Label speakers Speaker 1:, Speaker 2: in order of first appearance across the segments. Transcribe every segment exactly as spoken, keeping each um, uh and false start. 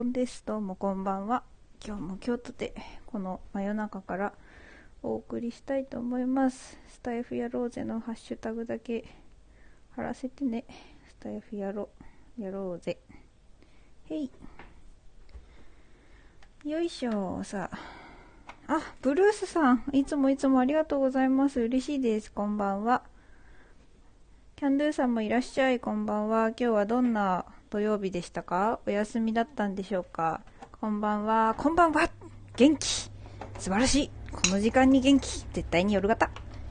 Speaker 1: です。どうもこんばんは。今日も京都でこの真夜中からお送りしたいと思います。スタイフやろうぜのハッシュタグだけ貼らせてね。スタイフやろう、やろうぜ。へい。よいしょ。さあ。あ、ブルースさん。いつもいつもありがとうございます。嬉しいです。こんばんは。キャンドゥさんもいらっしゃい。こんばんは。今日はどんな土曜日でしたか？お休みだったんでしょうか？こんばんは。こんばんは。元気。素晴らしい。この時間に元気。絶対に夜型。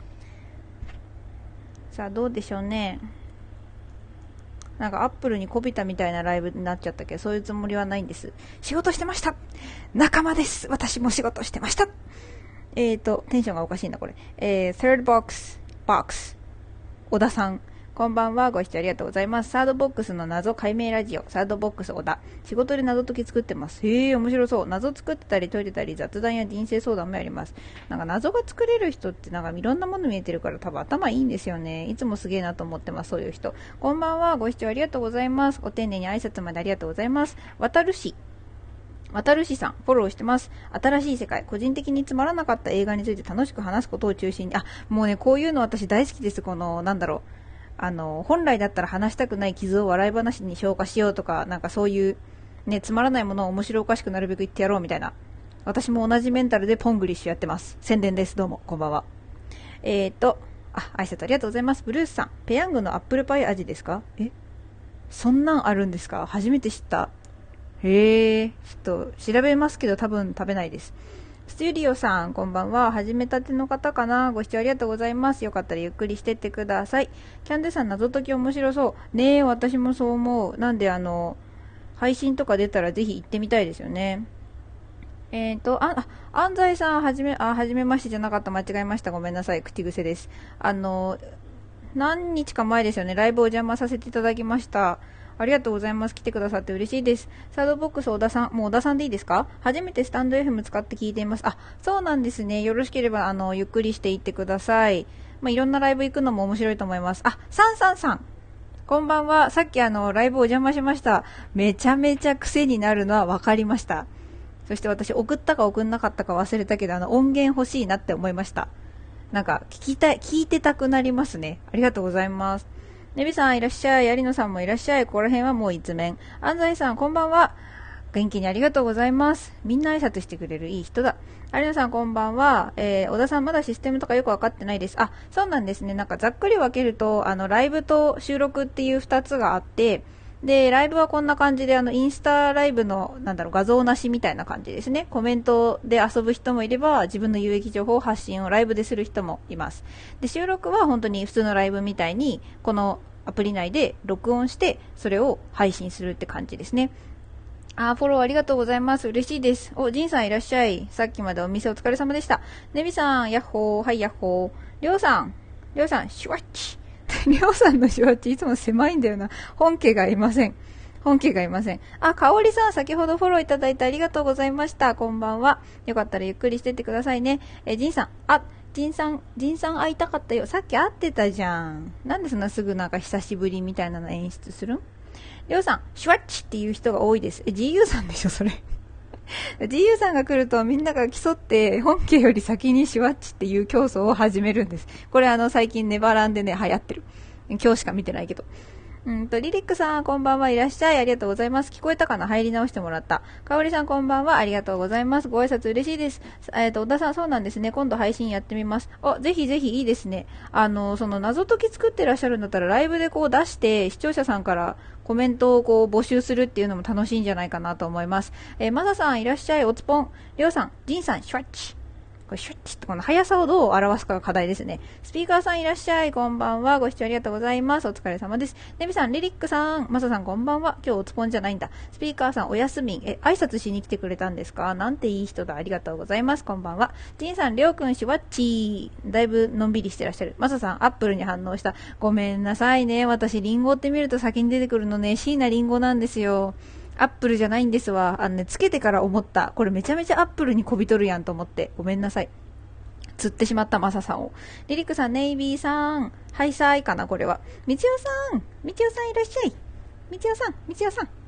Speaker 1: さあ、どうでしょうね。なんかアップルにこびたみたいなライブになっちゃったけど、そういうつもりはないんです。仕事してました。仲間です。私も仕事してました。えーと、テンションがおかしいな、これ。えー、Third Box、Box、小田さん。こんばんは。ご視聴ありがとうございます。サードボックスの謎解明ラジオ。サードボックス小田。仕事で謎解き作ってます。へえ、面白そう。謎作ってたり解いてたり雑談や人生相談もやります。なんか謎が作れる人ってなんかいろんなもの見えてるから多分頭いいんですよね。いつもすげえなと思ってます。そういう人。こんばんは。ご視聴ありがとうございます。ご丁寧に挨拶までありがとうございます。渡るし。渡るしさん、フォローしてます。新しい世界、個人的につまらなかった映画について楽しく話すことを中心に、あ、もうね、こういうの私大好きです。この、なんだろう。あの、本来だったら話したくない傷を笑い話に消化しようとか、なんかそういう、ね、つまらないものを面白おかしくなるべく言ってやろうみたいな。私も同じメンタルでポングリッシュやってます。宣伝です。どうも、こんばんは。えーと、あ、挨拶ありがとうございます。ブルースさん、ペヤングのアップルパイ味ですか？え、そんなんあるんですか？初めて知った。へえ、ちょっと調べますけど多分食べないです。ステュディオさん、こんばんは。始めたての方かな？ご視聴ありがとうございます。よかったらゆっくりしてってください。キャンデさん、謎解き面白そう。ねえ、私もそう思う。なんで、あの、配信とか出たらぜひ行ってみたいですよね。えーと、あ、あ、安西さん、はじめ、あ、はじめましてじゃなかった。間違えました。ごめんなさい。口癖です。あの、何日か前ですよね。ライブお邪魔させていただきました。ありがとうございます。来てくださって嬉しいです。サードボックス小田さん、もう小田さんでいいですか？初めてスタンド エフエム 使って聞いています。あ、そうなんですね。よろしければ、あの、ゆっくりしていってください。まあ、いろんなライブ行くのも面白いと思います。あ、サンサンさん。こんばんは。さっきあの、ライブお邪魔しました。めちゃめちゃ癖になるのは分かりました。そして私、送ったか送んなかったか忘れたけど、あの、音源欲しいなって思いました。なんか、聞きたい、聞いてたくなりますね。ありがとうございます。ネビさんいらっしゃい。有野さんもいらっしゃい。ここら辺はもう一面。安西さんこんばんは。元気にありがとうございます。みんな挨拶してくれるいい人だ。有野さんこんばんは。えー、小田さんまだシステムとかよくわかってないです。あ、そうなんですね。なんかざっくり分けると、あの、ライブと収録っていう二つがあって、で、ライブはこんな感じで、あの、インスタライブの、なんだろう、画像なしみたいな感じですね。コメントで遊ぶ人もいれば、自分の有益情報発信をライブでする人もいます。で、収録は本当に普通のライブみたいに、このアプリ内で録音して、それを配信するって感じですね。あー、フォローありがとうございます。嬉しいです。お、ジンさんいらっしゃい。さっきまでお店お疲れ様でした。ネビさん、ヤッホー、はい、ヤッホー。りょうさん、りょうさん、シュワッチ。りょうさんのシュワッチいつも狭いんだよな。本家がいません。本家がいません。あ、かおりさん、先ほどフォローいただいてありがとうございました。こんばんは。よかったらゆっくりしてってくださいね。え、ジンさん、あ、ジンさん、ジンさん会いたかったよ。さっき会ってたじゃん。なんでそんなすぐなんか久しぶりみたいなの演出するん？りょうさん、シュワッチっていう人が多いです。え、ジーユー さんでしょ、それ。ジーユー さんが来るとみんなが競って本家より先にシュワッチっていう競争を始めるんです。これあの最近ネバランでね、流行ってる。今日しか見てないけど。うんと、リリックさん、こんばんはいらっしゃい。ありがとうございます。聞こえたかな？入り直してもらった。かおりさん、こんばんは。ありがとうございます。ご挨拶嬉しいです。えっ、ー、と、小田さん、そうなんですね。今度配信やってみます。あ、ぜひぜひいいですね。あの、その謎解き作ってらっしゃるんだったら、ライブでこう出して、視聴者さんからコメントをこう募集するっていうのも楽しいんじゃないかなと思います。えー、まささん、いらっしゃい。おつぽん。りょうさん、じんさん、シュワッチ。これシュッチとこの速さをどう表すかが課題ですね。スピーカーさんいらっしゃい。こんばんは。ご視聴ありがとうございます。お疲れ様です。ネビさん、リリックさん、マサさんこんばんは。今日おつぽんじゃないんだ。スピーカーさんおやすみ。え、挨拶しに来てくれたんですか？なんていい人だ。ありがとうございます。こんばんは。ジンさん、りょうくん、シュワッチー。だいぶのんびりしてらっしゃる。マサさん、アップルに反応した。ごめんなさいね。私、リンゴって見ると先に出てくるのね、椎名リンゴなんですよ。アップルじゃないんですわ。あのね、つけてから思った。これめちゃめちゃアップルにこびとるやんと思って。ごめんなさい。釣ってしまったマサさんを。リリックさん、ネイビーさん、ハイサイかな、これは。みちおさん、みちおさんいらっしゃい。みちおさん、みちおさん。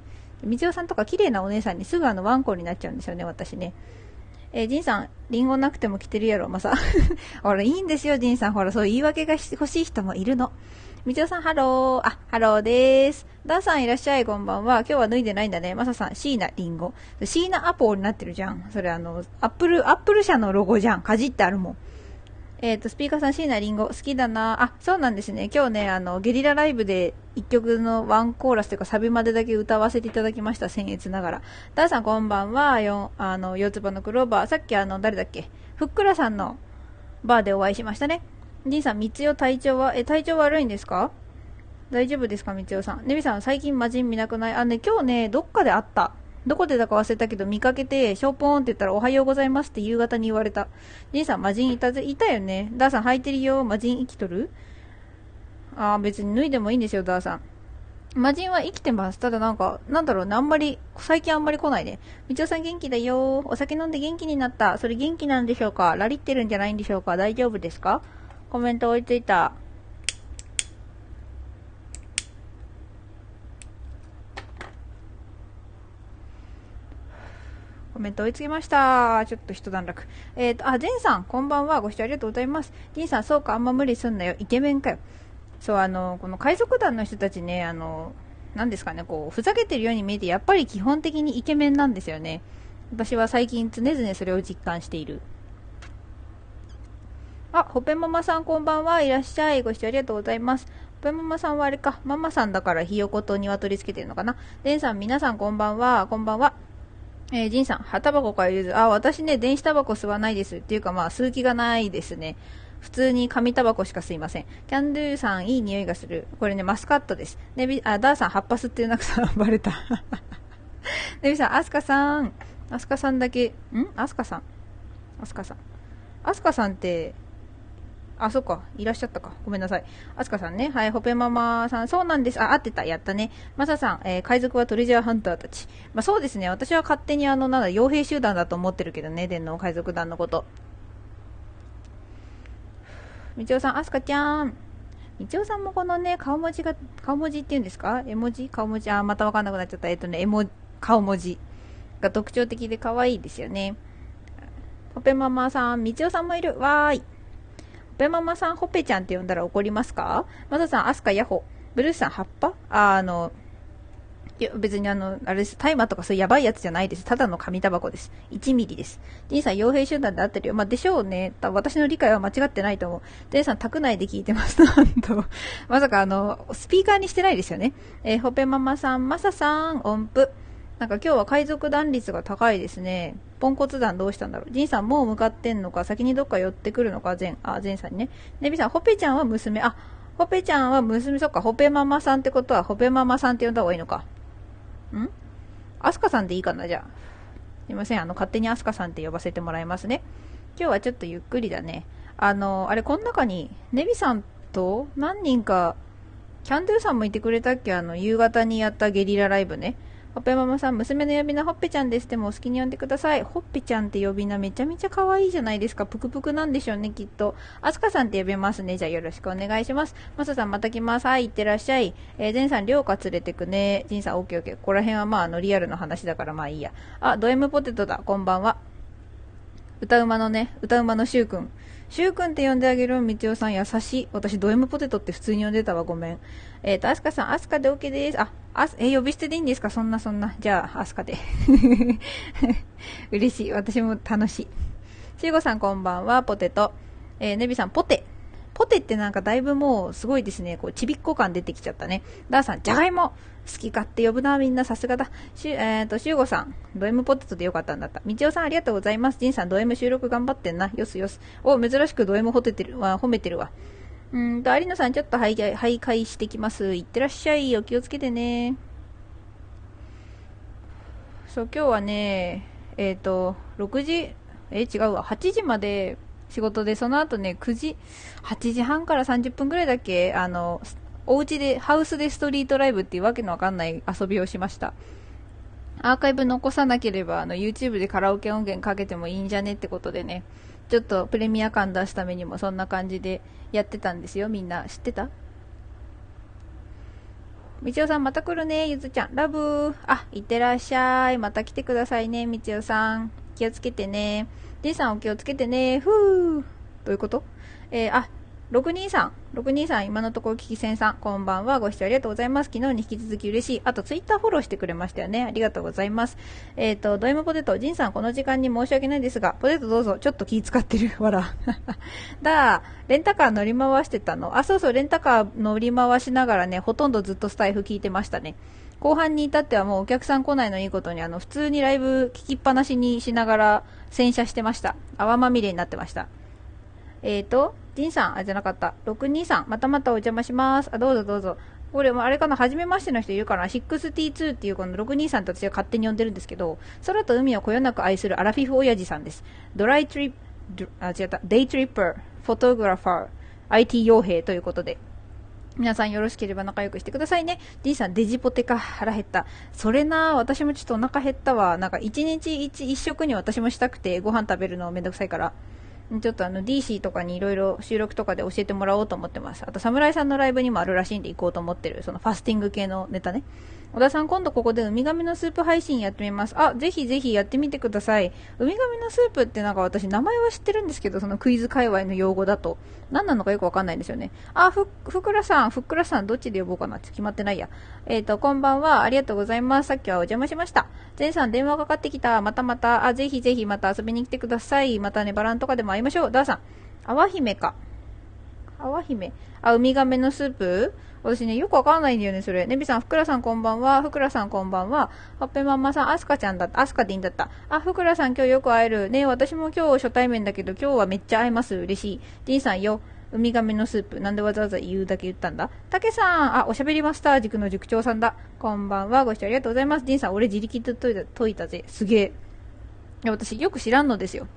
Speaker 1: みちおさんとか綺麗なお姉さんにすぐあのワンコになっちゃうんですよね、私ね。えー、ジンさん、リンゴなくても着てるやろ、まさ。ほら、いいんですよ、ジンさん。ほら、そういう言い訳が欲しい人もいるの。みちおさん、ハロー。あ、ハローでーす。ダンさんいらっしゃい、こんばんは。今日は脱いでないんだね。まささん、シーナ、リンゴ。シーナアポーになってるじゃん。それあの、アップル、アップル社のロゴじゃん。かじってあるもん。えっ、ー、と、スピーカーさん、椎名林檎好きだな。あ、そうなんですね。今日ね、あの、ゲリラライブで一曲のワンコーラスというかサビまでだけ歌わせていただきました。僭越ながら。ダーさん、こんばんは。よ、あの、四つ葉のクローバー。さっきあの、誰だっけふっくらさんのバーでお会いしましたね。ジンさん、みつよ体調は、え、体調悪いんですか？大丈夫ですかみつよさん。ねびさん、最近魔人見なくない？あ、ね、今日ね、どっかで会った。どこでだか忘れたけど見かけて、ショーポーンって言ったらおはようございますって夕方に言われた。ジンさん、魔人いたぜ、いたよね。ダーさん、履いてるよ。魔人生きとる？あー、別に脱いでもいいんですよ、ダーさん。魔人は生きてます。ただなんか、なんだろうね、あんまり、最近あんまり来ないね。みちおさん元気だよ。お酒飲んで元気になった。それ元気なんでしょうか？ラリってるんじゃないんでしょうか？大丈夫ですか？コメント追いついた。コメント追いつきました。ちょっと一段落。えっ、ー、と、あ、ジェンさん、こんばんは。ご視聴ありがとうございます。ジンさん、そうか、あんま無理すんなよ。イケメンかよ。そう、あの、この海賊団の人たちね、あの、なんですかね、こう、ふざけてるように見えて、やっぱり基本的にイケメンなんですよね。私は最近常々それを実感している。あ、ほぺママさんこんばんは。いらっしゃい。ご視聴ありがとうございます。ほぺママさんはあれか、ママさんだからひよこと鶏つけてるのかな。デンさん、皆さんこんばんは。こんばんは。えー、ジンさん、葉タバコからゆず。あ、私ね、電子タバコ吸わないです。っていうかまあ、吸う気がないですね。普通に紙タバコしか吸いません。キャンドゥさん、いい匂いがする。これね、マスカットです。ねび、あ、ダーさん、葉っぱ吸ってるなくさ、バレた。ねびさん、アスカさん。アスカさんだけ、んアスカさん。アスカさん。アスカさんって、あ、そっか。いらっしゃったか。ごめんなさい。あすかさんね。はい。ほぺママさん。そうなんです。あ、合ってた。やったね。まささん。えー、海賊はトレジャーハンターたち。まあ、そうですね。私は勝手にあの、なんだ、傭兵集団だと思ってるけどね。電脳海賊団のこと。みちおさん、あすかちゃん。みちおさんもこのね、顔文字が、顔文字って言うんですか？絵文字顔文字。あ、またわかんなくなっちゃった。えっとね、絵文顔文字が特徴的で可愛いですよね。ほぺママさん。みちおさんもいる。わーい。ほぺママさん、ほぺちゃんって呼んだら怒りますか？まささん、アスカ、ヤホ。ブルースさん、葉っぱあ、あの、いや、別にあの、あれです。大麻とかそういうやばいやつじゃないです。ただの紙タバコです。いちミリです。ジンさん、傭兵集団で合ってるよ。まあ、でしょうね。私の理解は間違ってないと思う。ジンさん、宅内で聞いてます。なんと。まさかあの、スピーカーにしてないですよね。えー、ほぺママさん、まささん、音符。なんか今日は海賊団率が高いですね。ポンコツ団どうしたんだろう。ジンさんもう向かってんのか、先にどっか寄ってくるのか、ゼン、あ、ゼンさんにね。ネビさん、ほぺちゃんは娘、あ、ほぺちゃんは娘、そっか、ほぺママさんってことは、ほぺママさんって呼んだ方がいいのか。んアスカさんでいいかな、じゃあ。すいません、あの、勝手にアスカさんって呼ばせてもらいますね。今日はちょっとゆっくりだね。あの、あれ、この中に、ネビさんと何人か、キャンドゥさんもいてくれたっけ？あの、夕方にやったゲリラライブね。ほっぺママさん、娘の呼び名ほっぺちゃんです。でもお好きに呼んでください。ほっぺちゃんって呼び名めちゃめちゃ可愛いじゃないですか。ぷくぷくなんでしょうね、きっと。あすかさんって呼べますね。じゃあよろしくお願いします。まささんまた来ます。はい、いってらっしゃい。えー、ジェンさん、りょうか連れてくね。ジンさん、オッケーオッケー。ここら辺はまあ、あの、リアルの話だからまあいいや。あ、ド M ポテトだ。こんばんは。歌うまのね、歌うまのしゅうくん。しゅうくんって呼んであげるみちおさん優しい。私、ド M ポテトって普通に呼んでたわ。ごめん。えっ、ー、と、アスカさん、アスカで OK です。あ、あす、えー、呼び捨てでいいんですか？そんなそんな。じゃあ、アスカで。嬉しい。私も楽しい。しゅうごさん、こんばんは。ポテト。えー、ネビさん、ポテ。ポテってなんかだいぶもうすごいですね。こう、ちびっこ感出てきちゃったね。ダーさん、じゃがいも。好き勝手呼ぶな、みんなさすがだ。しゅ、えっ、ー、と、しゅうごさん、ド M ポテトでよかったんだった。みちおさん、ありがとうございます。ジンさん、ド M 収録頑張ってんな。よすよす。お、珍しくド M ホテてるわ、褒めてるわ。うんと、有野さん、ちょっと徘徊、徘徊してきます。いってらっしゃい。お気をつけてね。そう、今日はね、えっ、ー、と、ろくじ、え、違うわ。はちじまで仕事で、その後ね、くじ、はちじはんからさんじゅっぷんくらいだっけ、あの、お家で、ハウスでストリートライブっていうわけのわかんない遊びをしました。アーカイブ残さなければ、あの、YouTube でカラオケ音源かけてもいいんじゃねってことでね、ちょっとプレミア感出すためにもそんな感じでやってたんですよ。みんな知ってた？ みちおさんまた来るね。ゆずちゃん。ラブ。あ、いってらっしゃい。また来てくださいね。みちおさん。気をつけてね。じいさんお気をつけてね。ふー。どういうこと？えー、あ、ろくにさん。ろくにさん、今のところ、キキセンさん。こんばんは。ご視聴ありがとうございます。昨日に引き続き嬉しい。あと、ツイッターフォローしてくれましたよね。ありがとうございます。えっ、ー、と、ド M ポテト。ジンさん、この時間に申し訳ないですが、ポテトどうぞ。ちょっと気使ってる。わら。だレンタカー乗り回してたの。あ、そうそう、レンタカー乗り回しながらね、ほとんどずっとスタイフ聞いてましたね。後半に至ってはもうお客さん来ないのいいことに、あの、普通にライブ聞きっぱなしにしながら洗車してました。泡まみれになってました。えーと、ジンさん、あ、じゃなかった。ろくにさん、またまたお邪魔します。あ、どうぞどうぞ。これもあれかな、初めましての人いるかな ?ろくティーツー っていうこのろくにさんと私が勝手に呼んでるんですけど、空と海をこよなく愛するアラフィフ親父さんです。ドライトリップ、あ、違った、デイトリッパー、フォトグラファー、アイティー 傭兵ということで、皆さんよろしければ仲良くしてくださいね。ジンさん、デジポテか。腹減った。それな、私もちょっとお腹減ったわ。なんか一日一一食に私もしたくて、ご飯食べるのめんどくさいから。ちょっとあの ディーシー とかにいろいろ収録とかで教えてもらおうと思ってます。あと侍さんのライブにもあるらしいんで行こうと思ってる。そのファスティング系のネタね。小田さん今度ここでウミガメのスープ配信やってみます。あ、ぜひぜひやってみてください。ウミガメのスープってなんか私名前は知ってるんですけど、そのクイズ界隈の用語だと。何なのかよくわかんないんですよね。あ、ふ、ふくらさん、ふくらさんどっちで呼ぼうかなって決まってないや。えっ、ー、と、こんばんは。ありがとうございます。さっきはお邪魔しました。ゼンさん電話かかってきた。またまた。あ、ぜひぜひまた遊びに来てください。またね、バランとかでも会いましょう。ダーさん。泡姫か。泡姫。あ、ウミガメのスープ私ね、よくわかんないんだよね、それ。ネビさん、ふくらさんこんばんは。ふくらさんこんばんは。ほっぺまんまさん、アスカちゃんだった。アスカでいいんだった。あ、ふくらさん今日よく会える。ね、私も今日初対面だけど、今日はめっちゃ会えます。嬉しい。ジンさんよ。ウミガメのスープ。なんでわざわざ言うだけ言ったんだたけさん、あ、おしゃべりマスター塾の塾長さんだ。こんばんは。ご視聴ありがとうございます。ジンさん、俺自力で解いた解いたぜ。すげえ。いや、私よく知らんのですよ。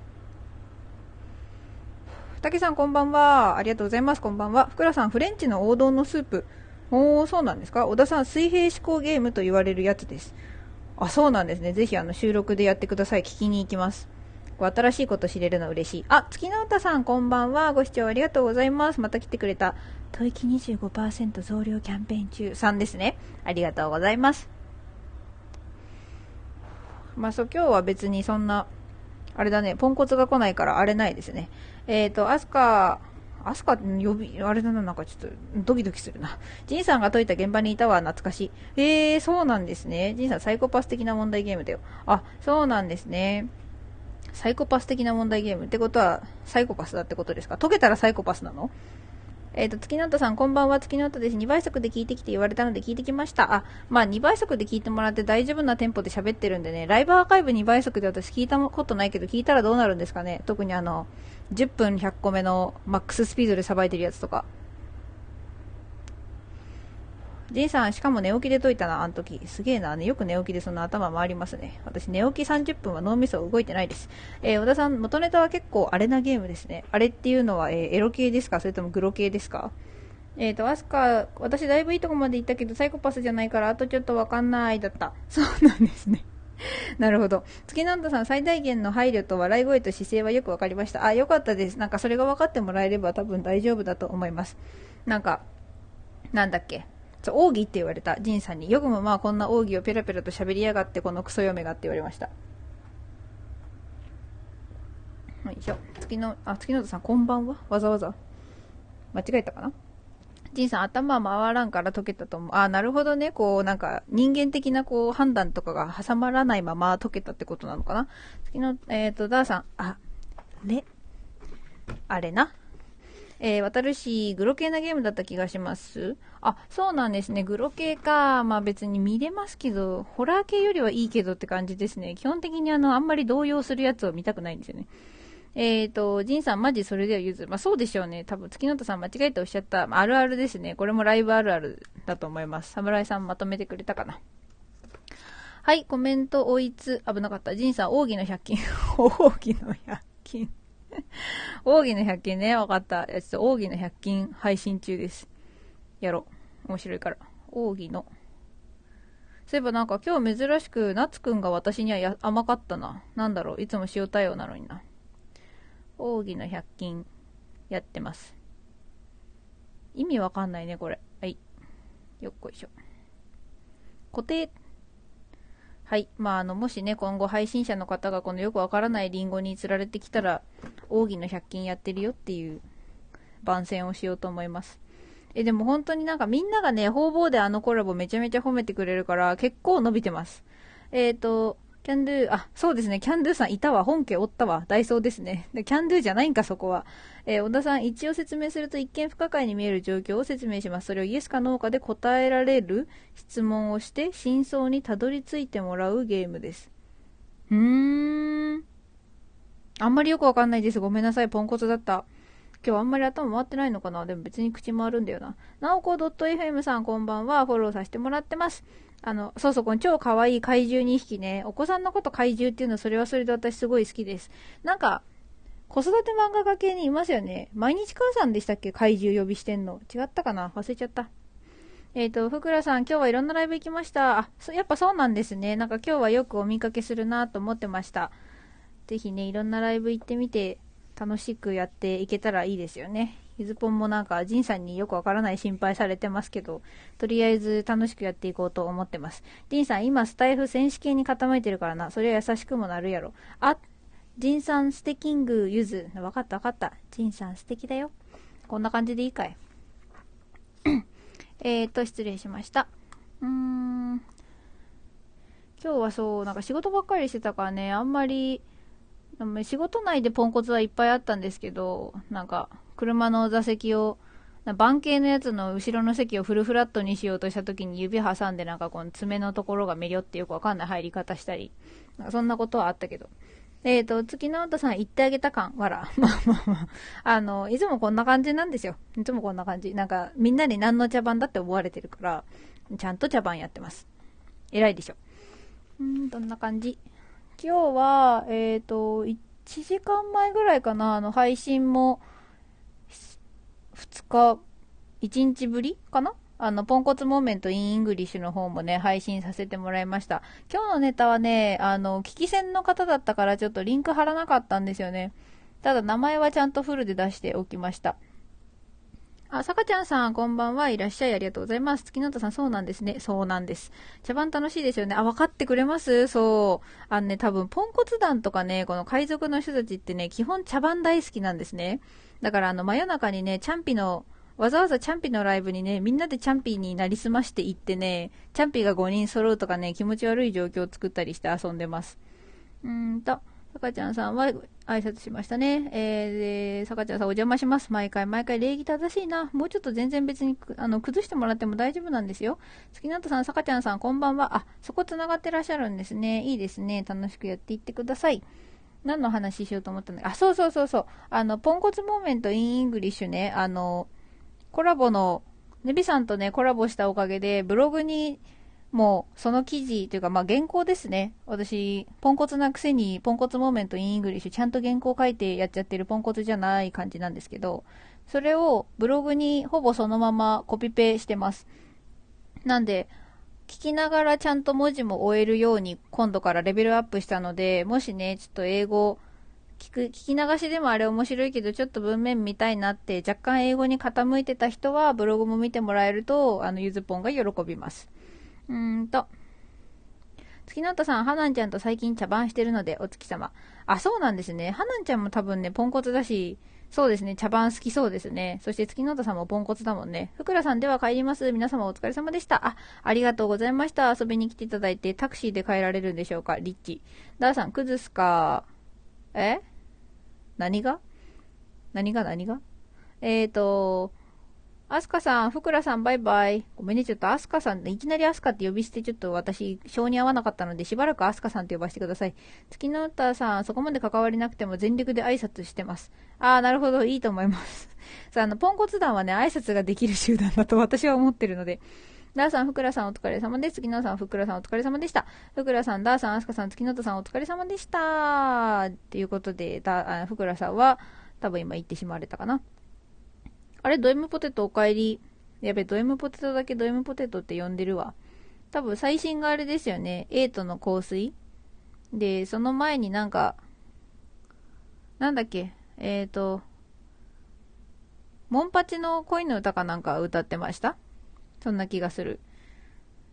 Speaker 1: たけさんこんばんは。ありがとうございます。こんばんは。ふくらさん、フレンチの王道のスープ。おー、そうなんですか。小田さん、水平思考ゲームと言われるやつです。あ、そうなんですね。ぜひあの収録でやってください。聞きに行きます。こう新しいこと知れるの嬉しい。あ、月の歌さんこんばんは。ご視聴ありがとうございます。また来てくれた。吐息 にじゅうごパーセント 増量キャンペーン中さんですね。ありがとうございます。まあそう、今日は別にそんな、あれだね、ポンコツが来ないからあれないですね。えっ、ー、と、アスカ、アスカ呼び、あれだな、なんかちょっとドキドキするな。ジンさんが解いた現場にいたわ、懐かしい。えー、そうなんですね。ジンさん、サイコパス的な問題ゲームだよ。あ、そうなんですね。サイコパス的な問題ゲームってことは、サイコパスだってことですか？解けたらサイコパスなの？えっ、ー、と、月の音さん、こんばんは。月の音です。にばい速で聞いてきて言われたので聞いてきました。あ、まあにばい速で聞いてもらって大丈夫なテンポで喋ってるんでね、ライブアーカイブにばい速で私聞いたことないけど、聞いたらどうなるんですかね。特にあの、じゅっぷんひゃっこめのマックススピードでさばいてるやつとか。ジンさん、しかも寝起きで解いたな、あの時。すげえな。ね、よく寝起きでその頭回りますね。私、寝起きさんじゅっぷんは脳みそ動いてないです。えー、小田さん、元ネタは結構あれなゲームですね。あれっていうのは、えー、エロ系ですか？それともグロ系ですか？えっ、ー、と、アスカ、私だいぶいいとこまで行ったけど、サイコパスじゃないから、あとちょっとわかんないだった。そうなんですね。なるほど。月なんとさん、最大限の配慮と笑い声と姿勢はよくわかりました。あ、よかったです。なんかそれが分かってもらえれば多分大丈夫だと思います。なんか、なんだっけ。そう、奥義って言われた、ジンさんに。よくもまあこんな奥義をペラペラと喋りやがって、このクソ嫁がって言われました。よいしょ。月の、あ、月のとさん、こんばんは。わざわざ。間違えたかな？ジンさん、頭回らんから解けたと思う。あ、なるほどね。こう、なんか、人間的なこう、判断とかが挟まらないまま解けたってことなのかな。次の、えっ、ー、と、ダーさん、あ、れ、あれな。えー、私、グロ系なゲームだった気がします。あ、そうなんですね。グロ系か。まあ別に見れますけど、ホラー系よりはいいけどって感じですね。基本的にあの、あんまり動揺するやつを見たくないんですよね。えっ、ー、と、ジンさん、マジそれではゆず。まあそうでしょうね。多分、月のとさん間違えておっしゃった。まあ、あるあるですね。これもライブあるあるだと思います。侍さんまとめてくれたかな。はい、コメント追いつ、危なかった。ジンさん、奥義のひゃっ均。奥義のひゃっ均。奥義のひゃっ均ね、わかった。ちょっと奥義のひゃっ均配信中です。やろう。面白いから。奥義の。そういえばなんか今日珍しく、ナツくんが私にはや甘かったな。なんだろう。いつも塩対応なのにな。奥義のひゃっ均やってます。意味わかんないね、これ。はい。よっこいしょ。 固定。はい。まあ、あの、もしね、今後配信者の方がこのよくわからないリンゴに釣られてきたら、奥義のひゃく均やってるよっていう番宣をしようと思います。え、でも本当になんかみんながね、方々であのコラボめちゃめちゃ褒めてくれるから結構伸びてます。えっ、ー、と、キャンドゥ、あ、そうですね、キャンドゥさんいたわ、本家おったわ、ダイソーですね。でキャンドゥじゃないんか、そこは。えー、小田さん、一応説明すると一見不可解に見える状況を説明します。それをイエスかノーかで答えられる質問をして、真相にたどり着いてもらうゲームです。うーん。あんまりよくわかんないです。ごめんなさい、ポンコツだった。今日あんまり頭回ってないのかな。でも別に口回るんだよな。なおこ .fm さんこんばんは。フォローさせてもらってます。あの、そうそう、この超可愛い怪獣にひきね。お子さんのこと怪獣っていうの、それはそれで私すごい好きです。なんか、子育て漫画家系にいますよね。毎日母さんでしたっけ、怪獣呼びしてんの。違ったかな、忘れちゃった。えっ、ー、と、ふくらさん、今日はいろんなライブ行きました。あ、やっぱそうなんですね。なんか今日はよくお見かけするなと思ってました。ぜひね、いろんなライブ行ってみて、楽しくやっていけたらいいですよね。ゆずぽんもなんか、ジンさんによくわからない心配されてますけど、とりあえず楽しくやっていこうと思ってます。ジンさん、今スタイフ選手権に傾いてるからな。それは優しくもなるやろ。あ、ジンさんステキングゆず。わかったわかった。ジンさん素敵だよ。こんな感じでいいかい。えーと、失礼しました。うーん。今日はそう、なんか仕事ばっかりしてたからね、あんまり、仕事内でポンコツはいっぱいあったんですけど、なんか、車の座席を、バン系のやつの後ろの席をフルフラットにしようとした時に指挟んでなんかこの爪のところがめりょってよくわかんない入り方したり、なんかそんなことはあったけど。えーと、月の音さん言ってあげた感、わら。まあまあまあ。あの、いつもこんな感じなんですよ。いつもこんな感じ。なんか、みんなに何の茶番だって思われてるから、ちゃんと茶番やってます。偉いでしょ。うん、どんな感じ。今日は、えっ、ー、と、いちじかんまえぐらいかな、あの、配信も、ふつか、いちにちぶりかな、あの、ポンコツモーメントインイングリッシュの方もね、配信させてもらいました。今日のネタはね、あの、聞き戦の方だったからちょっとリンク貼らなかったんですよね。ただ名前はちゃんとフルで出しておきました。あ、さかちゃんさん、こんばんは。いらっしゃい。ありがとうございます。月の音さん、そうなんですね。そうなんです。茶番楽しいですよね。あ、分かってくれますそう。あのね、多分、ポンコツ団とかね、この海賊の人たちってね、基本茶番大好きなんですね。だから、あの、真夜中にね、チャンピの、わざわざチャンピのライブにね、みんなでチャンピになりすまして行ってね、チャンピがごにん揃うとかね、気持ち悪い状況を作ったりして遊んでます。うーんと、さかちゃんさんは挨拶しましたね。えー、で、さかちゃんさんお邪魔します。毎回毎回礼儀正しいな。もうちょっと全然別にあの崩してもらっても大丈夫なんですよ。月のとさん、さかちゃんさんこんばんは。あ、そこ繋がってらっしゃるんですね。いいですね。楽しくやっていってください。何の話しようと思ったんだあ、そうそうそうそう。あの、ポンコツモーメントインイングリッシュね。あの、コラボの、ネビさんとね、コラボしたおかげで、ブログにもうその記事というか、まあ原稿ですね。私、ポンコツなくせに、ポンコツモーメントインイングリッシュちゃんと原稿書いてやっちゃってるポンコツじゃない感じなんですけど、それをブログにほぼそのままコピペしてます。なんで、聞きながらちゃんと文字も終えるように今度からレベルアップしたので、もしね、ちょっと英語、聞く、聞き流しでもあれ面白いけど、ちょっと文面見たいなって、若干英語に傾いてた人は、ブログも見てもらえると、あの、ゆずぽんが喜びます。うーんと、月の音さん、はなんちゃんと最近茶番してるので、お月様。あ、そうなんですね。はなんちゃんも多分ね、ポンコツだし、そうですね、茶番好きそうですね。そして月の音さんもポンコツだもんね。ふくらさんでは帰ります。皆様お疲れ様でした。あ、ありがとうございました。遊びに来ていただいて、タクシーで帰られるんでしょうか。リッチ。ダーさん、クズすか。え何が何が何がえーと、アスカさん、ふくらさん、バイバイ。ごめんね、ちょっとアスカさん、いきなりアスカって呼び捨てちょっと私、性に合わなかったので、しばらくアスカさんって呼ばせてください。月の歌さん、そこまで関わりなくても全力で挨拶してます。あー、なるほど、いいと思います。さあ、あの、ポンコツ団はね、挨拶ができる集団だと私は思ってるので。ダーさん、ふくらさんお疲れ様です。月のさん、ふくらさんお疲れ様でした。ふくらさん、ダーさん、アスカさん、月の歌さんお疲れ様でした。っていうことで、だあふくらさんは、多分今言ってしまわれたかな。あれ、ド M ポテトおかえり。やべ、ド M ポテトだけド M ポテトって呼んでるわ。多分最新があれですよね。エイトの香水で、その前になんか、なんだっけ、えーと、モンパチの恋の歌かなんか歌ってましたそんな気がする。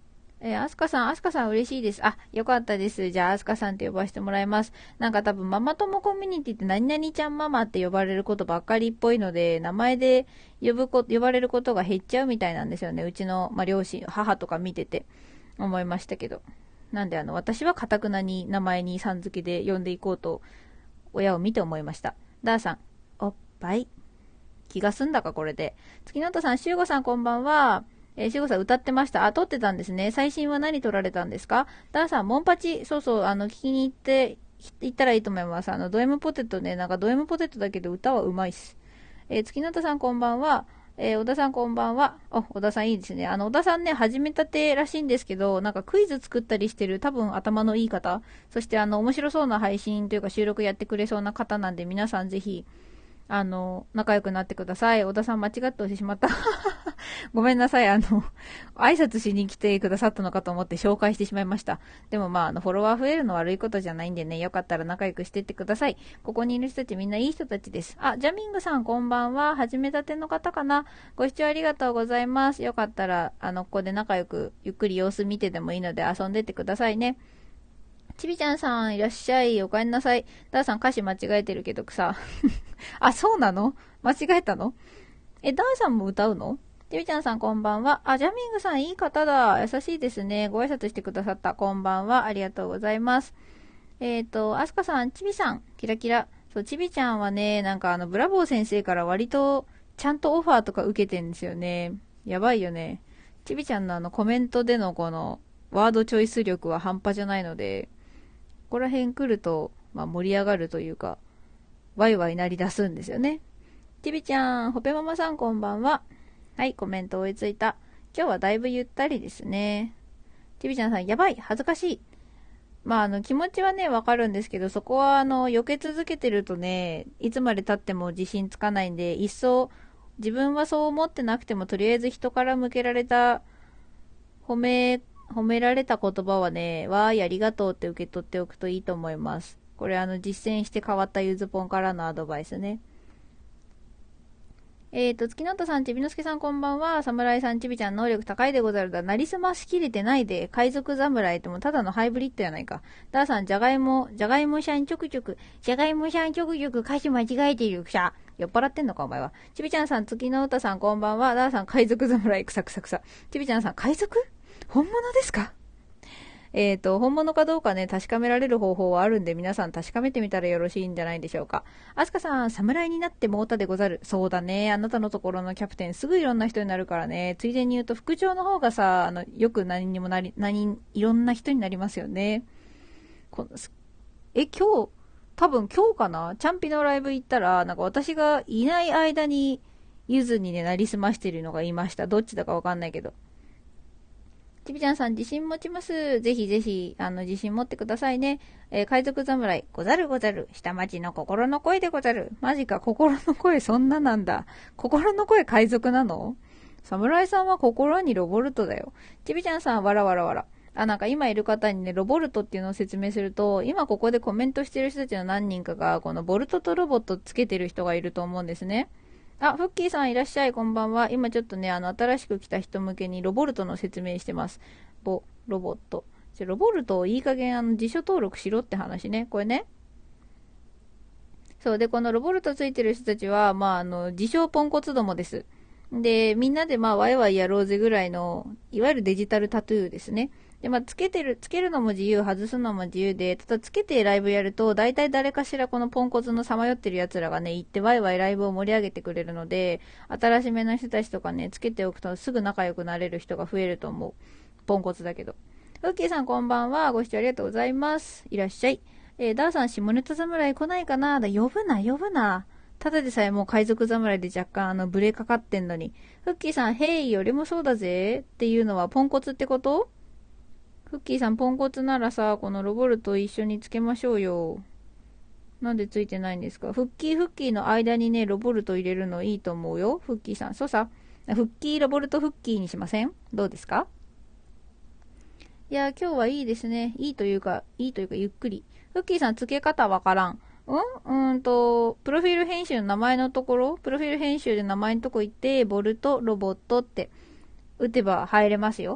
Speaker 1: えー、アスカさん、アスカさん嬉しいです。あ、よかったです。じゃあ、アスカさんって呼ばせてもらいます。なんか多分、ママ友コミュニティって何々ちゃんママって呼ばれることばっかりっぽいので、名前で呼ぶこ、呼ばれることが減っちゃうみたいなんですよね。うちの、まあ、両親、母とか見てて思いましたけど。なんで、あの、私はカタクナに名前にさん付けで呼んでいこうと、親を見て思いました。ダーさん、おっぱい。気が済んだか、これで。月の音さん、しゅうごさんこんばんは。えー、しゅうごさん歌ってました。あ、撮ってたんですね。最新は何撮られたんですか？ダーさん、モンパチ、そうそう、あの、聞きに行って、行ったらいいと思います。あの、ド M ポテトね、なんかド M ポテトだけど歌はうまいっす。えー、月の音さんこんばんは。えー、小田さんこんばんは。お、小田さんいいですね。あの、小田さんね、始めたてらしいんですけど、なんかクイズ作ったりしてる、多分頭のいい方、そしてあの、面白そうな配信というか収録やってくれそうな方なんで、皆さんぜひ、あの、仲良くなってください。小田さん間違って押してしまった。ごめんなさい。あの、挨拶しに来てくださったのかと思って紹介してしまいました。でもまあ、あの、フォロワー増えるの悪いことじゃないんでね、よかったら仲良くしてってください。ここにいる人たちみんないい人たちです。あ、ジャミングさんこんばんは。始めたての方かな。ご視聴ありがとうございます。よかったら、あの、ここで仲良く、ゆっくり様子見てでもいいので遊んでってくださいね。ちびちゃんさん、いらっしゃい。お帰りなさい。ダーさん、歌詞間違えてるけどさ。あ、そうなの？間違えたの？え、ダーさんも歌うの？ちびちゃんさん、こんばんは。あ、ジャミングさん、いい方だ。優しいですね。ご挨拶してくださった。こんばんは。ありがとうございます。えっ、ー、と、アスカさん、ちびさん、キラキラ。そう、ちびちゃんはね、なんかあの、ブラボー先生から割と、ちゃんとオファーとか受けてんですよね。やばいよね。ちびちゃんのあの、コメントでのこの、ワードチョイス力は半端じゃないので、ここら辺来ると、まあ、盛り上がるというか、ワイワイ鳴り出すんですよね。ちびちゃん、ほぺママさんこんばんは。はい、コメント追いついた。今日はだいぶゆったりですね。ちびちゃんさん、やばい、恥ずかしい。まあ、あの、気持ちはね、わかるんですけど、そこは、あの、避け続けてるとね、いつまで経っても自信つかないんで、一層、自分はそう思ってなくても、とりあえず人から向けられた、褒め、褒められた言葉はね、わーい、ありがとうって受け取っておくといいと思います。これ、あの、実践して変わったゆずぽんからのアドバイスね。えーと、月の音さん、ちびのすけさんこんばんは。侍さん、ちびちゃん能力高いでござるだ。なりすましきれてないで、海賊侍ってもただのハイブリッドやないか。ダーさん、じゃがいも、じゃがいもシャンちょくちょく、じゃがいもシャンちょくちょく、歌詞間違えてるくしゃ。酔っ払ってんのか、お前は。ちびちゃんさん、月の歌さんこんばんは。ダーさん、海賊侍、くさくさくさ。ちびちゃんさん、海賊本物ですか？えっと、本物かどうかね、確かめられる方法はあるんで、皆さん確かめてみたらよろしいんじゃないでしょうか。アスカさん、侍になってもうたでござる。そうだね。あなたのところのキャプテン、すぐいろんな人になるからね。ついでに言うと、副長の方がさ、あの、よく何にもなり、何、いろんな人になりますよね。このえ、今日、多分今日かなチャンピのライブ行ったら、なんか私がいない間に、ゆずにね、なりすましてるのがいました。どっちだかわかんないけど。ちびちゃんさん自信持ちます。ぜひぜひ、あの、自信持ってくださいね。えー、海賊侍、ござるござる。下町の心の声でござる。マジか、心の声そんななんだ。心の声海賊なの？侍さんは心にロボルトだよ。ちびちゃんさん、わらわらわら。あ、なんか今いる方にね、ロボルトっていうのを説明すると、今ここでコメントしてる人たちの何人かが、このボルトとロボットつけてる人がいると思うんですね。あ、フッキーさんいらっしゃい、こんばんは。今ちょっとね、あの、新しく来た人向けにロボルトの説明してます。ボ、ロボット。じゃ、ロボルトをいい加減、あの、辞書登録しろって話ね。これね。そう。で、このロボルトついてる人たちは、まあ、あの、自称ポンコツどもです。で、みんなでまあ、ワイワイやろうぜぐらいの、いわゆるデジタルタトゥーですね。で、まあ、つけてる、つけるのも自由、外すのも自由で、ただつけてライブやると、大体誰かしらこのポンコツのさまよってる奴らがね、行ってワイワイライブを盛り上げてくれるので、新しめの人たちとかね、つけておくとすぐ仲良くなれる人が増えると思う。ポンコツだけど。ウッキーさんこんばんは。ご視聴ありがとうございます。いらっしゃい。えー、ダーさん、下ネタ侍来ないかな？だ、呼ぶな、呼ぶな。ただでさえもう海賊侍で若干あのブレかかってんのに。フッキーさん、ヘイ、俺もそうだぜっていうのはポンコツってこと？フッキーさん、ポンコツならさ、このロボルト一緒につけましょうよ。なんでついてないんですか？フッキーフッキーの間にね、ロボルト入れるのいいと思うよ。フッキーさん。そうさ。フッキー、ロボルト、フッキーにしません？どうですか？いや、今日はいいですね。いいというか、いいというか、ゆっくり。フッキーさん、付け方わからん。うんうーんと、プロフィール編集の名前のところ、プロフィール編集で名前のとこ行って、ボルト、ロボットって打てば入れますよ。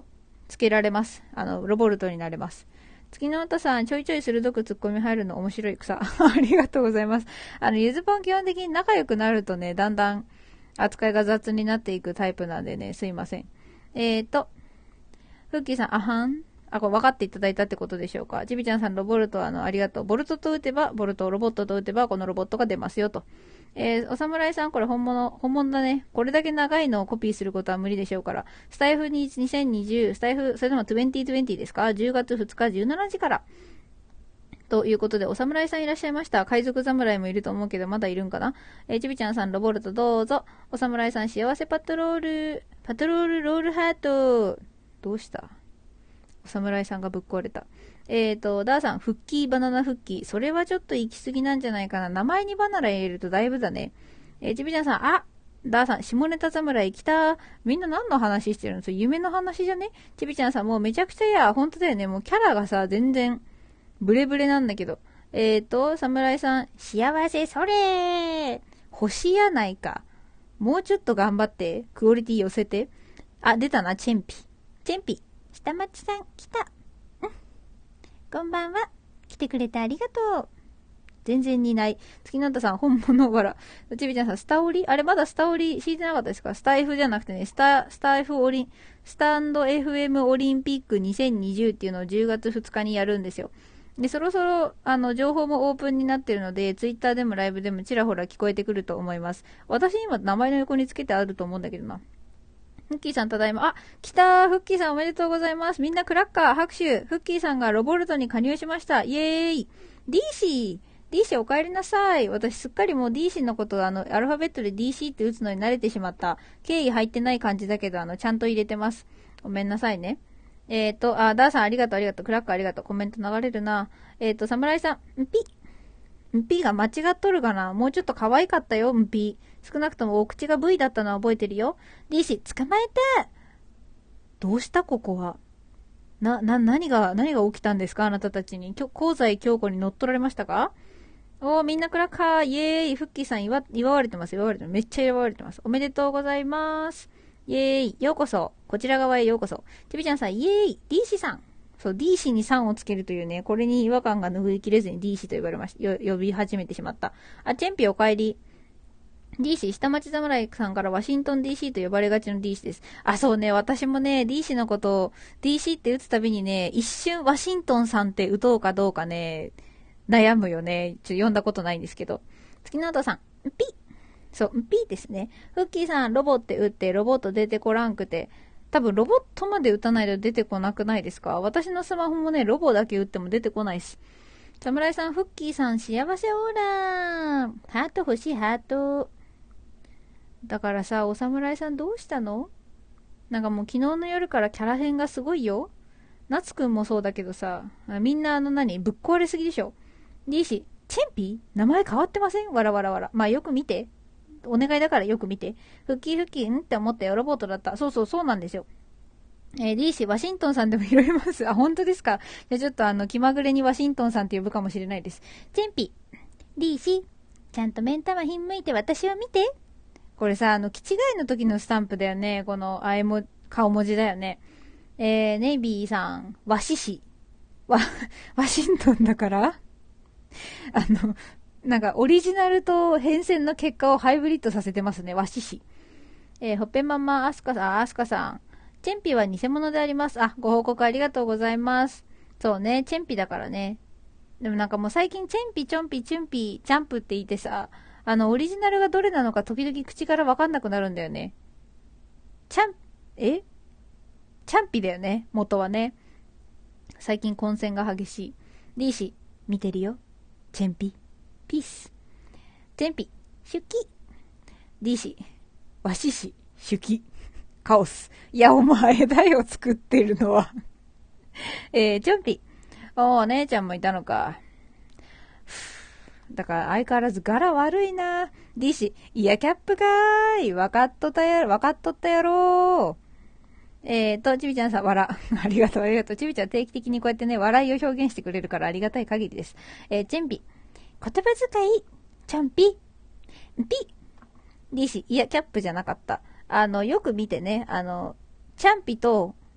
Speaker 1: つけられます。あの、ロボルトになれます。月の歌さん、ちょいちょい鋭く突っ込み入るの面白い草。ありがとうございます。あの、ゆずぽん基本的に仲良くなるとね、だんだん扱いが雑になっていくタイプなんでね、すいません。えーと、フッキーさん、あはん。あ、これ分かっていただいたってことでしょうか。ちびちゃんさん、ロボルト、あの、ありがとう。ボルトと打てば、ボルト、ロボットと打てば、このロボットが出ますよと。えー、お侍さん、これ本物、本物だね。これだけ長いのをコピーすることは無理でしょうから。スタイフににせんにじゅう、スタイフ、それともにせんにじゅうですか ?じゅう 月ふつかじゅうしちじから。ということで、お侍さんいらっしゃいました。海賊侍もいると思うけど、まだいるんかな。えー、ちびちゃんさん、ロボルトどうぞ。お侍さん、幸せパトロール、パトロールロールハート。どうしたお侍さんがぶっ壊れた。えーと、ダーさん、フッキーバナナフッキー。それはちょっと行き過ぎなんじゃないかな。名前にバナナ入れるとだいぶだね。えー、ちびちゃんさん、あダーさん、下ネタ侍来た。みんな何の話してるの？それ夢の話じゃね？ちびちゃんさん、もうめちゃくちゃや。ほんとだよね。もうキャラがさ、全然、ブレブレなんだけど。えーと、侍さん、幸せそれー星やないか。もうちょっと頑張って、クオリティ寄せて。あ、出たな、チェンピ。チェンピ。下町さん、来た。うん。こんばんは。来てくれてありがとう。全然似ない。月の歌さん、本物わら。ちびちゃんさん、スタオリあれ、まだスタオリ敷いてなかったですか？スタイフじゃなくてね、スタ、スタイフオリン、スタンド エフエム オリンピックにせんにじゅうっていうのをじゅうがつふつかにやるんですよ。で、そろそろ、あの、情報もオープンになってるので、ツイッターでもライブでもちらほら聞こえてくると思います。私今名前の横につけてあると思うんだけどな。フッキーさんただいま。あ、来たー。フッキーさんおめでとうございます。みんなクラッカー拍手。フッキーさんがロボルトに加入しました。イエーイ。ディーシー。ディーシー お帰りなさい。私すっかりもう ディーシー のことあの、アルファベットで ディーシー って打つのに慣れてしまった。敬意入ってない感じだけど、あの、ちゃんと入れてます。ごめんなさいね。えーと、あ、ダーさんありがとうありがとう。クラッカーありがとう。コメント流れるな。えーと、侍さん、んぴ。んぴが間違っとるかな。もうちょっと可愛かったよ、んぴ。少なくともお口が V だったのは覚えてるよ。ディーシー、捕まえた。どうしたここは。な、な、何が、何が起きたんですかあなたたちに。きょ、香西京子に乗っ取られましたか？おー、みんなクラッカー、イエーイ、フッキーさん祝、祝われてます、祝われてます。めっちゃ祝われてます。おめでとうございます。イエーイ、ようこそ。こちら側へようこそ。ちびちゃんさん、イエーイ、ディーシー さん。そう、ディーシー にさんをつけるというね、これに違和感が拭いきれずに ディーシー と呼ばれまし、よ、呼び始めてしまった。あ、チェンピお帰り。ディーシー、下町侍さんからワシントン ディーシー と呼ばれがちの ディーシー です。あ、そうね、私もね、ディーシー のことを ディーシー って打つたびにね、一瞬ワシントンさんって打とうかどうかね、悩むよね。ちょっと読んだことないんですけど。月の音さん、ピそう、ピですね。フッキーさん、ロボって打って、ロボット出てこらんくて。多分、ロボットまで打たないと出てこなくないですか？私のスマホもね、ロボだけ打っても出てこないし。侍さん、フッキーさん、幸せオーラー。ハート欲しい、ハート。だからさ、お侍さんどうしたの？なんかもう昨日の夜からキャラ変がすごいよ。夏くんもそうだけどさ、みんなあの何、ぶっ壊れすぎでしょ。でいいし、チェンピ名前変わってません？わらわらわら。まあよく見て。お願いだからよく見て。フッキーフッキーんって思ったよ。ロボットだった。そうそうそうなんですよ。えー、ディーシー、ワシントンさんでも拾います。あ、本当ですか？じゃあちょっとあの、気まぐれにワシントンさんって呼ぶかもしれないです。チェンピ、ディーシー、ちゃんと目ん玉ひんむいて私を見て。これさ、あの、気違いの時のスタンプだよね。この、あえも、顔文字だよね。えー、ネイビーさん、ワシシ。ワ、ワシントンだからあの、なんか、オリジナルと変遷の結果をハイブリッドさせてますね。ワシシ。えー、ほっぺまま、アスカさん、アスカさん。チェンピは偽物であります。あ、ご報告ありがとうございます。そうね、チェンピだからね。でもなんかもう最近、チェンピ、チョンピ、チュンピ、チャンプって言ってさ、あの、オリジナルがどれなのか時々口からわかんなくなるんだよね。チャン、えチャンピだよね、元はね。最近混戦が激しい。ディーシー、見てるよ。チェンピ、ピース。チェンピ、シュキ。ディーシー、ワシシ、シュキ。カオス。いや、お前だよ、作ってるのは。えー、チョンピ。おー、姉ちゃんもいたのか。だから相変わらず柄悪いな。ディーシー、いや、キャップかーい。わかっとったやろ、わかっとったやろー。えーと、ちびちゃんさん、笑。ありがとう、ありがとう。ちびちゃん定期的にこうやってね、笑いを表現してくれるからありがたい限りです。えー、チェンピ。言葉遣い。チャンピ。ピ。ディーシー、いや、キャップじゃなかった。あの、よく見てね、あの、チャンピと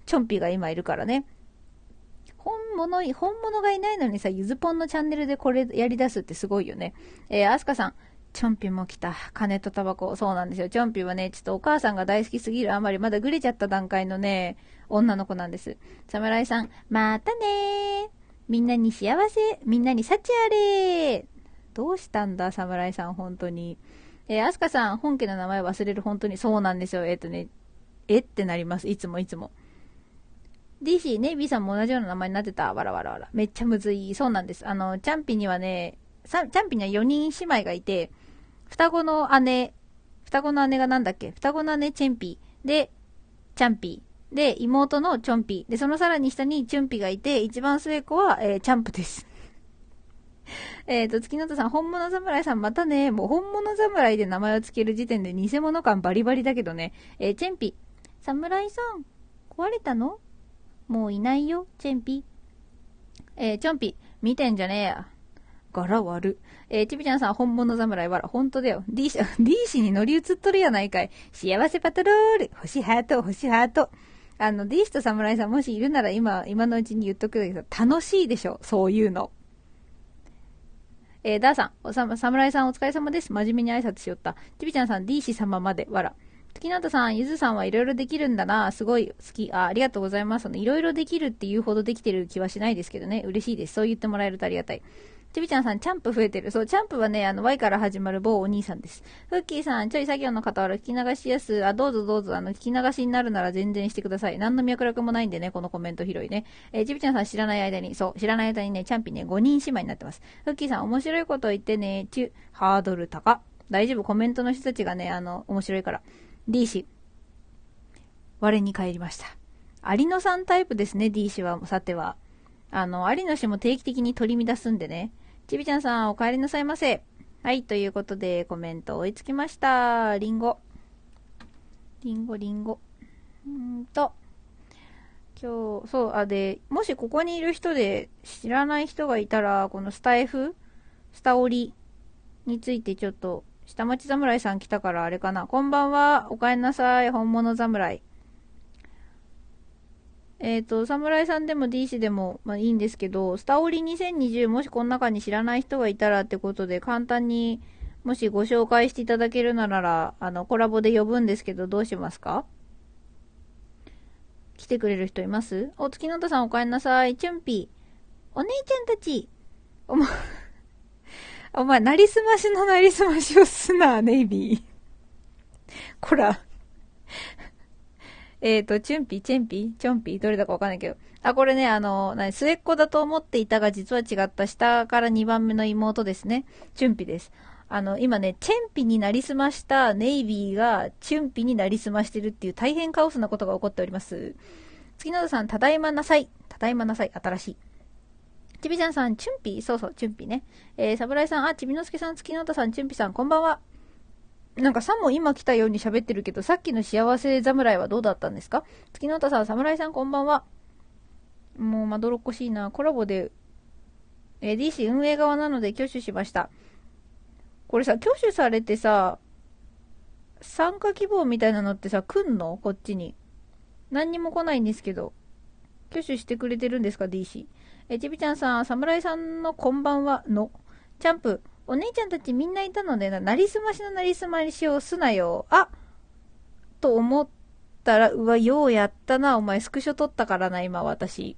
Speaker 1: チョンピーが今いるからね。本物、本物がいないのにさ、ゆずぽんのチャンネルでこれやり出すってすごいよね。えー、アスカさん、チョンピも来た。金とタバコ。そうなんですよ。チョンピはね、ちょっとお母さんが大好きすぎるあまりまだグレちゃった段階のね、女の子なんです。侍さん、またねー。みんなに幸せ。みんなに幸あれ。どうしたんだ、侍さん、本当に。えー、アスカさん、本家の名前忘れる、本当に。そうなんですよ。えっ、ー、とね、えってなります。いつもいつも。ディーシー、ネイビーさんも同じような名前になってた。わらわらわら。めっちゃむずい。そうなんです。あの、チャンピにはね、チャンピにはよにん姉妹がいて、双子の姉、双子の姉がなんだっけ双子の姉チェンピー。で、チャンピー。で、妹のチョンピー。で、そのさらに下にチュンピがいて、一番末っ子は、えー、チャンプです。えっと、月のとさん、本物侍さんまたね、もう本物侍で名前をつける時点で偽物感バリバリだけどね。えー、チェンピ、侍さん、壊れたの？もういないよ、チェンピ。えー、チョンピ、見てんじゃねえや。柄悪。えー、ちびちゃんさん、本物侍わら。ほんとだよ。D 氏、D 氏に乗り移っとるやないかい。幸せパトロール。星ハート、星ハート。あの、D 氏と侍さんもしいるなら今、今のうちに言っとくけど、楽しいでしょ。そういうの。えー、ダーさん、おさ、侍さんお疲れ様です。真面目に挨拶しよった。ちびちゃんさん、D 氏様まで。わら。月のとさん、ゆずさんはいろいろできるんだな。すごい好き。あ、ありがとうございます。いろいろできるっていうほどできてる気はしないですけどね。嬉しいです。そう言ってもらえるとありがたい。ちびちゃんさん、チャンプ増えてる。そう、チャンプはね、あの、Y から始まる某お兄さんです。フッキーさん、ちょい作業の傍ら聞き流しやす。あ、どうぞどうぞ、あの、聞き流しになるなら全然してください。何の脈絡もないんでね、このコメント拾いね。えー、ちびちゃんさん知らない間に、そう、知らない間にね、チャンピね、ごにん姉妹になってます。フッキーさん、面白いこと言ってね、ちゅ、ハードル高。大丈夫、コメントの人たちがね、あの、面白いから。D 氏、我に帰りました。有野さんタイプですね、D 氏は、さては。あの、有野氏も定期的に取り乱すんでね。ちびちゃんさん、お帰りなさいませ。はい、ということで、コメント追いつきました。リンゴ。リンゴ、リンゴ。うーんと、今日、そう、あ、で、もしここにいる人で知らない人がいたら、このスタイフ、スタオリについてちょっと、下町侍さん来たからあれかな。こんばんは、お帰りなさい、本物侍。えっ、ー、と、侍さんでも D 氏でも、まあいいんですけど、スタオリにせんにじゅうもしこの中に知らない人がいたらってことで、簡単にもしご紹介していただけるなら、あの、コラボで呼ぶんですけど、どうしますか？来てくれる人います？お、月の田さんお帰りなさい。チュンピー。お姉ちゃんたち。おま、お前、なりすましのなりすましをすな、ネイビー。こら。えっと、チュンピ、チェンピ、チョンピ、どれだかわかんないけど。あ、これね、あの、なに、末っ子だと思っていたが、実は違った下からにばんめの妹ですね。チュンピです。あの、今ね、チェンピになりすましたネイビーが、チュンピになりすましてるっていう大変カオスなことが起こっております。月野田さん、ただいまなさい。ただいまなさい。新しい。ちびちゃんさん、チュンピそうそう、チュンピね。えー、侍さん、あ、ちびのすけさん、月野田さん、チュンピさん、こんばんは。なんかさも今来たように喋ってるけど、さっきの幸せ侍はどうだったんですか？月の田さん、侍さんこんばんは。もうまどろっこしいな。コラボで、えー、ディーシー 運営側なので挙手しました。これさ、挙手されてさ、参加希望みたいなのってさ、来んの？こっちに。何にも来ないんですけど。挙手してくれてるんですか ?ディーシー。えー、ちびちゃんさん、侍さんのこんばんはの、チャンプ、お姉ちゃんたちみんないたのでな、なりすましのなりすましをすなよ。あと思ったら、うわ、ようやったな。お前スクショ撮ったからな、今私。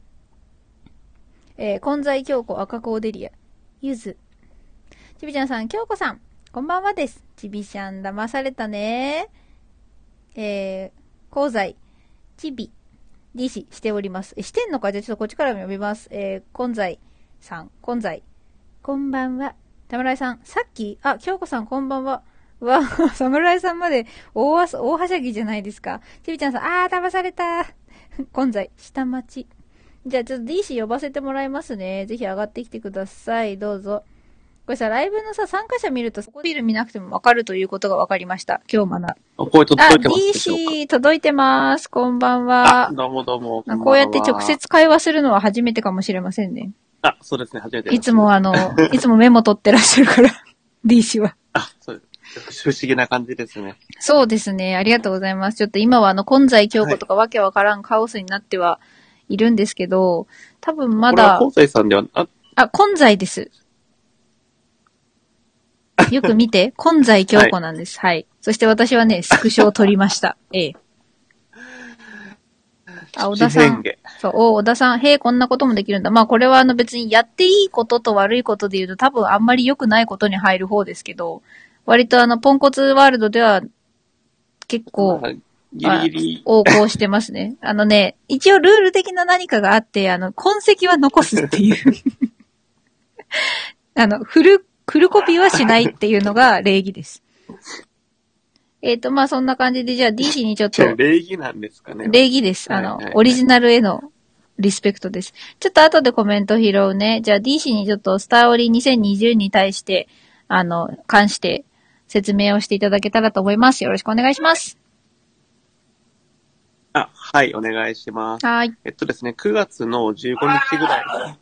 Speaker 1: えー、混在京子赤コーデリア。ゆず。ちびちゃんさん、京子さん。こんばんはです。ちびちゃん騙されたね。えー、香西。ちび。ディーシー しております。え、してんのか？じゃあちょっとこっちからも呼びます。えー、混在さん。混在。こんばんは。たむらいさん、さっき、あ、京子さんこんばんは。うわ、侍さんまで大は大はしゃぎじゃないですか。ちびちゃんさん、あー、騙された。混在、下町。じゃあちょっと ディーシー 呼ばせてもらいますね。ぜひ上がってきてください。どうぞ。これさ、ライブのさ、参加者見ると、そこビル見なくてもわかるということがわかりました。今日学ぶ。あ、
Speaker 2: 声届いてますでしょうか？
Speaker 1: ディーシー 届いてます。こんばんは。
Speaker 2: どうもどうも。
Speaker 1: こうやって直接会話するのは初めてかもしれませんね。
Speaker 2: あ、そうですね、初めて。
Speaker 1: いつもあの、いつもメモ取ってらっしゃるから、ディーシー は。
Speaker 2: あ、そうです。 不思議な感じですね。
Speaker 1: そうですね。ありがとうございます。ちょっと今はあの、混在京子とかわけわからんカオスになってはいるんですけど、多分ま
Speaker 2: これは
Speaker 1: だ、
Speaker 2: 香西さんでは、あ、
Speaker 1: あ、混在です。よく見て、混在京子なんです。はい。そして私はね、スクショを撮りました。ええ。あ、小田さん。そう、お、小田さん。へえ、こんなこともできるんだ。まあ、これはあの別にやっていいことと悪いことで言うと多分あんまり良くないことに入る方ですけど、割とあの、ポンコツワールドでは結構、
Speaker 2: まあ、ギリギリ。
Speaker 1: 横行してますね。あのね、一応ルール的な何かがあって、あの、痕跡は残すっていうあの、フル、フルコピーはしないっていうのが礼儀です。えっと、まあそんな感じで、じゃあ D 氏にちょっと。
Speaker 2: 礼儀なんですかね。
Speaker 1: 礼儀です。あの、
Speaker 2: はいはいはい、
Speaker 1: オリジナルへのリスペクトです。ちょっと後でコメント拾うね。じゃあ D 氏にちょっとスターオリにせんにじゅうに対して、あの、関して説明をしていただけたらと思います。よろしくお願いします。
Speaker 2: あ、はい、お願いします。
Speaker 1: はい。
Speaker 2: えっとですね、くがつのじゅうごにちぐらい。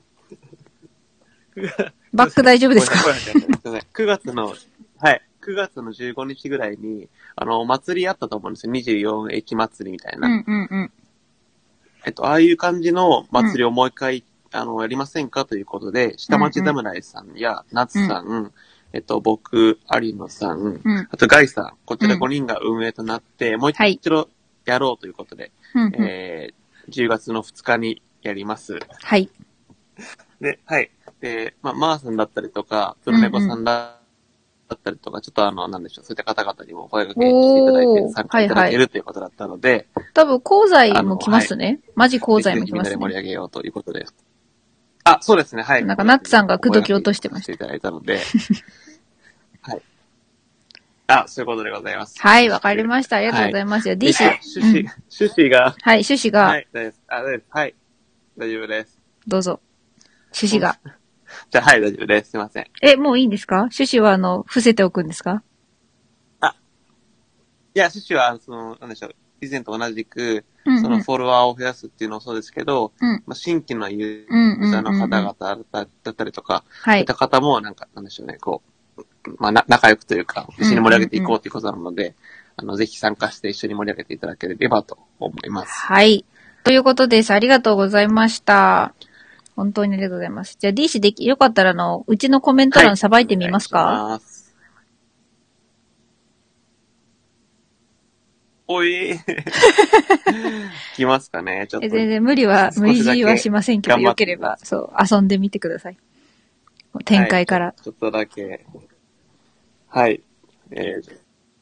Speaker 1: バック大丈夫ですか？
Speaker 2: くがつの、はい、くがつのじゅうごにちぐらいに、あの、祭りあったと思うんですよ。にじゅうよん駅祭りみたいな。
Speaker 1: うんうんうん。
Speaker 2: えっと、ああいう感じの祭りをもう一回、うん、あの、やりませんかということで、下町侍さんや、夏さん、うん、えっと、僕、有野さん、うん、あと、ガイさん、こちらごにんが運営となって、うん、もう一度やろうということで、はい、えー、じゅうがつのふつかにやります。
Speaker 1: はい。
Speaker 2: で、はい。で、まあ、マーさんだったりとか、プロネコさんだったりとか、ちょっとあの、なんでしょう、そういった方々にもお声掛けしていただいて、参加いただけるということだったので、はいはい、
Speaker 1: 多分、講座も来ますね。はい、マジ講座も来ますね。
Speaker 2: みんなで盛り上げようということで。あ、そうですね、はい。
Speaker 1: なんか、ナッツさんが口説き落としてました。
Speaker 2: いただいたので、はい。あ、そういうことでございます。
Speaker 1: はい、わかりました。ありがとうございます。はい、D 氏。
Speaker 2: 趣旨、うん、趣旨が。
Speaker 1: はい、趣旨が。
Speaker 2: はい、大丈夫です。あ、大丈夫です。はい。大丈夫です。
Speaker 1: どうぞ。趣旨が。
Speaker 2: じゃあ、はい、大丈夫です。すいません。
Speaker 1: え、もういいんですか？趣旨は、あの、伏せておくんですか？
Speaker 2: あ、いや、趣旨は、その、なんでしょう。以前と同じく、うんうん、そのフォロワーを増やすっていうのもそうですけど、うん、まあ、新規のユーザーの方々だったりとか、そういった方も、なんか、なんでしょうね、こう、まあ、な仲良くというか、一緒に盛り上げていこうということなので、うんうんうん、あの、ぜひ参加して一緒に盛り上げていただければと思います。
Speaker 1: はい。ということです。ありがとうございました。本当にありがとうございます。じゃあ D 氏でき、よかったらあの、うちのコメント欄さばいてみますか？はい、お願いします。
Speaker 2: おい来ますかねちょっと。
Speaker 1: 全然無理は、無理強いはしませんけど、よければ、そう、遊んでみてください。展開から。
Speaker 2: はい、ちょっとだけ。はい。えー、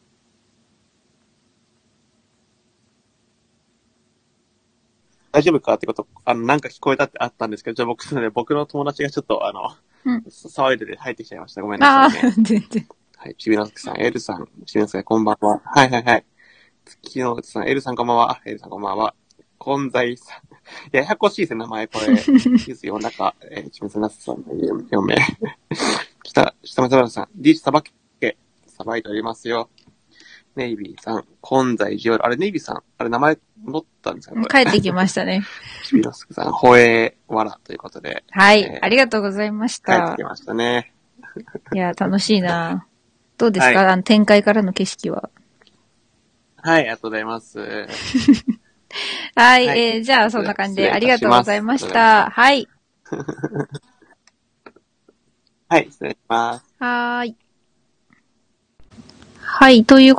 Speaker 2: 大丈夫かってこと、あの、なんか聞こえたってあったんですけど、じゃあ僕、ね、僕の友達がちょっと、あの、うん、騒いでて入ってきちゃいました。ごめんなさい、ね。
Speaker 1: ああ、全然。
Speaker 2: はい、ちびのすけさん、エルさん、ちびのすけこんばんは。はいはいはい。月のうつさん、エルさんこんばんは。エルさんこんばんは。混在さん。ややこしいですね、名前これ。ですよ、なんか、えー、ちびのすけなすさんの嫁。北、下村さん、リーチさばけ、さばいておりますよ。ネイビーさん、混在ジオル。あれ、ネイビーさん、あれ、名前戻ったんですかね。
Speaker 1: 帰ってきましたね。
Speaker 2: ちびのすけさん、ほえわらということで。
Speaker 1: はい、えー、ありがとうございました。
Speaker 2: 帰ってきましたね。
Speaker 1: いや、楽しいな。どうですか、はい、あの展開からの景色は。
Speaker 2: はい、ありがとうございます。
Speaker 1: はい、はい、えー、じゃあそんな感じでありがとうございました。はい。
Speaker 2: はい、失礼します。
Speaker 1: はーい。はい、という